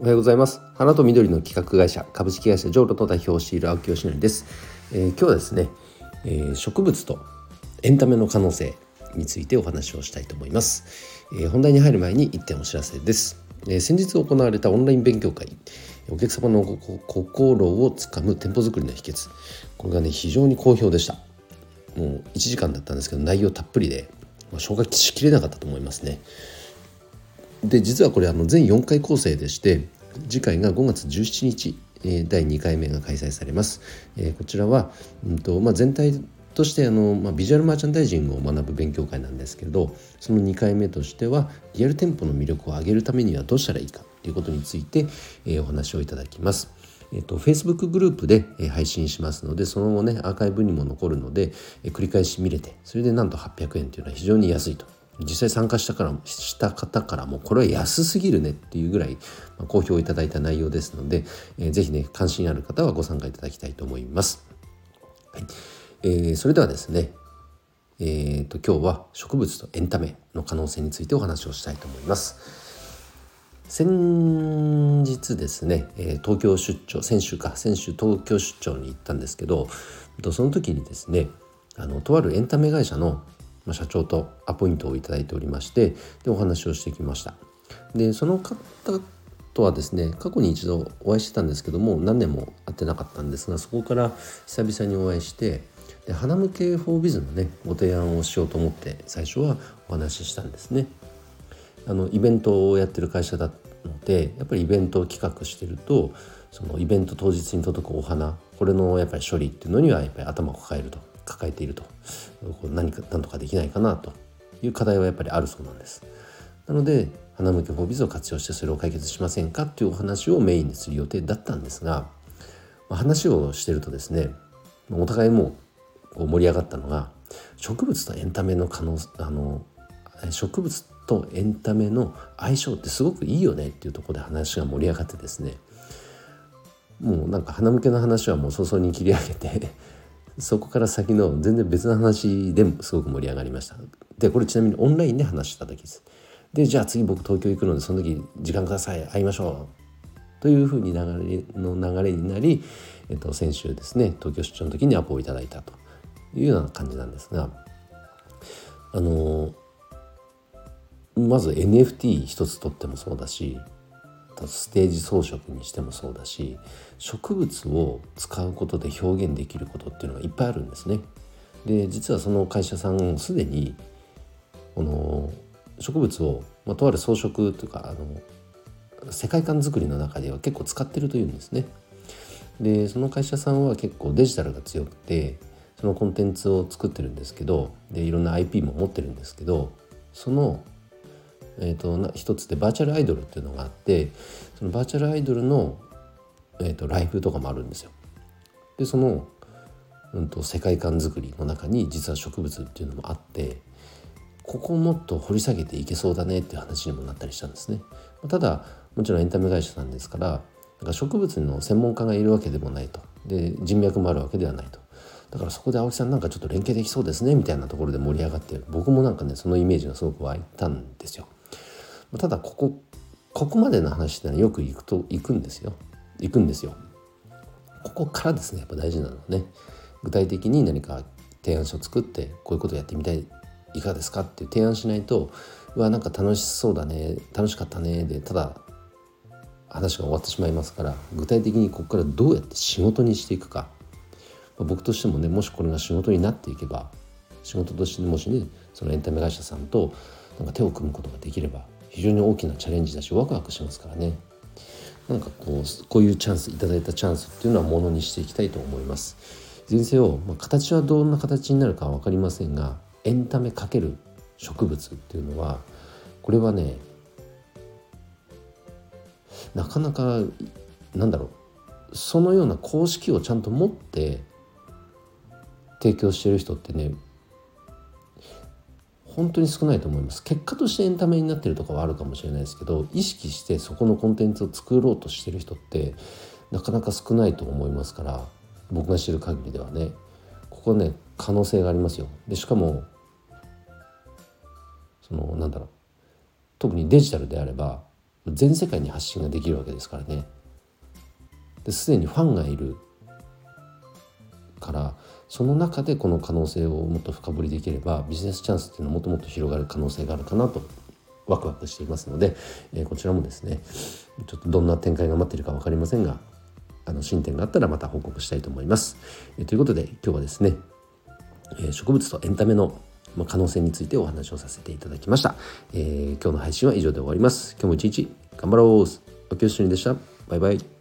おはようございます。花と緑の企画会社株式会社ジョーロの代表をしている青木よしのりです。今日はですね、植物とエンタメの可能性についてお話をしたいと思います。本題に入る前に1点お知らせです。先日行われたオンライン勉強会、お客様の心をつかむ店舗作りの秘訣、これがね非常に好評でした。もう1時間だったんですけど、内容たっぷりで、消化しきれなかったと思いますね。で実はこれ全4回構成でして、次回が5月17日、第2回目が開催されます。こちらは、全体としてビジュアルマーチャンダイジングを学ぶ勉強会なんですけど、その2回目としてはリアル店舗の魅力を上げるためにはどうしたらいいかということについて、お話をいただきます。Facebook グループで配信しますので、その後ねアーカイブにも残るので、繰り返し見れて、それでなんと800円というのは非常に安いと。実際参加した方からもこれは安すぎるねっていうぐらい好評いただいた内容ですので、ぜひね関心ある方はご参加いただきたいと思います。はい。それではですね、今日は植物とエンタメの可能性についてお話をしたいと思います。先日ですね、東京出張、先週東京出張に行ったんですけど、その時にですね、とあるエンタメ会社の社長とアポイントをいただいておりまして、でお話をしてきました。でその方とはですね、過去に一度お会いしてたんですけども、何年も会ってなかったんですが、そこから久々にお会いして、で花向けフォービズのねご提案をしようと思って最初はお話ししたんですね。イベントをやってる会社だので、やっぱりイベントを企画してると、そのイベント当日に届くお花、これのやっぱり処理っていうのにはやっぱり頭を抱えていると、何とかできないかなという課題はやっぱりあるそうなんです。なので花向けフォービズを活用してそれを解決しませんかというお話をメインにする予定だったんですが、話をしてるとですね、お互いもう盛り上がったのが、植物とエンタメの植物とエンタメの相性ってすごくいいよねっていうところで話が盛り上がってですね、もうなんか花向けの話はもう早々に切り上げてそこから先の全然別の話でもすごく盛り上がりました。でこれちなみにオンラインで話した時です。でじゃあ次僕東京行くのでその時時間ください、会いましょうというふうに流れになり、先週ですね東京出張の時にアポをいただいたというような感じなんですが、まず NFT 一つとってもそうだし、ステージ装飾にしてもそうだし、植物を使うことで表現できることっていうのがいっぱいあるんですね。で実はその会社さんすでにこの植物を、とある装飾というか世界観作りの中では結構使ってるというんですね。でその会社さんは結構デジタルが強くて、そのコンテンツを作ってるんですけど、でいろんな IP も持ってるんですけど、その一つでバーチャルアイドルっていうのがあって、そのバーチャルアイドルの、ライブとかもあるんですよ。でその、世界観作りの中に実は植物っていうのもあって、ここをもっと掘り下げていけそうだねっていう話にもなったりしたんですね。ただもちろんエンタメ会社さんですから、植物の専門家がいるわけでもないと。で人脈もあるわけではないと。だからそこで青木さんなんかちょっと連携できそうですねみたいなところで盛り上がって、僕もなんかねそのイメージがすごく湧いたんですよ。ただここまでの話ってのはよく行くんですよ。ここからですねやっぱ大事なのはね、具体的に何か提案書を作って、こういうことをやってみたい、いかがですかっていう提案しないと、なんか楽しそうだね、楽しかったねでただ話が終わってしまいますから、具体的にここからどうやって仕事にしていくか、僕としてもね、もしこれが仕事になっていけば、仕事としてもしねそのエンタメ会社さんとなんか手を組むことができれば非常に大きなチャレンジだし、ワクワクしますからね。なんかこういうチャンス、いただいたチャンスっていうのはものにしていきたいと思います。人生を、形はどんな形になるかは分かりませんが、エンタメ×植物っていうのは、これはねなかなかそのような公式をちゃんと持って提供している人ってね本当に少ないと思います。結果としてエンタメになってるとかはあるかもしれないですけど、意識してそこのコンテンツを作ろうとしてる人ってなかなか少ないと思いますから、僕が知る限りではね、ここはね可能性がありますよ。でしかも特にデジタルであれば全世界に発信ができるわけですからね。ですでにファンがいるから、その中でこの可能性をもっと深掘りできればビジネスチャンスっていうのはもっともっと広がる可能性があるかなとワクワクしていますので、こちらもですねちょっとどんな展開が待っているか分かりませんが、進展があったらまた報告したいと思います。ということで今日はですね、植物とエンタメの可能性についてお話をさせていただきました。今日の配信は以上で終わります。今日も一日頑張ろう。秋吉でした。バイバイ。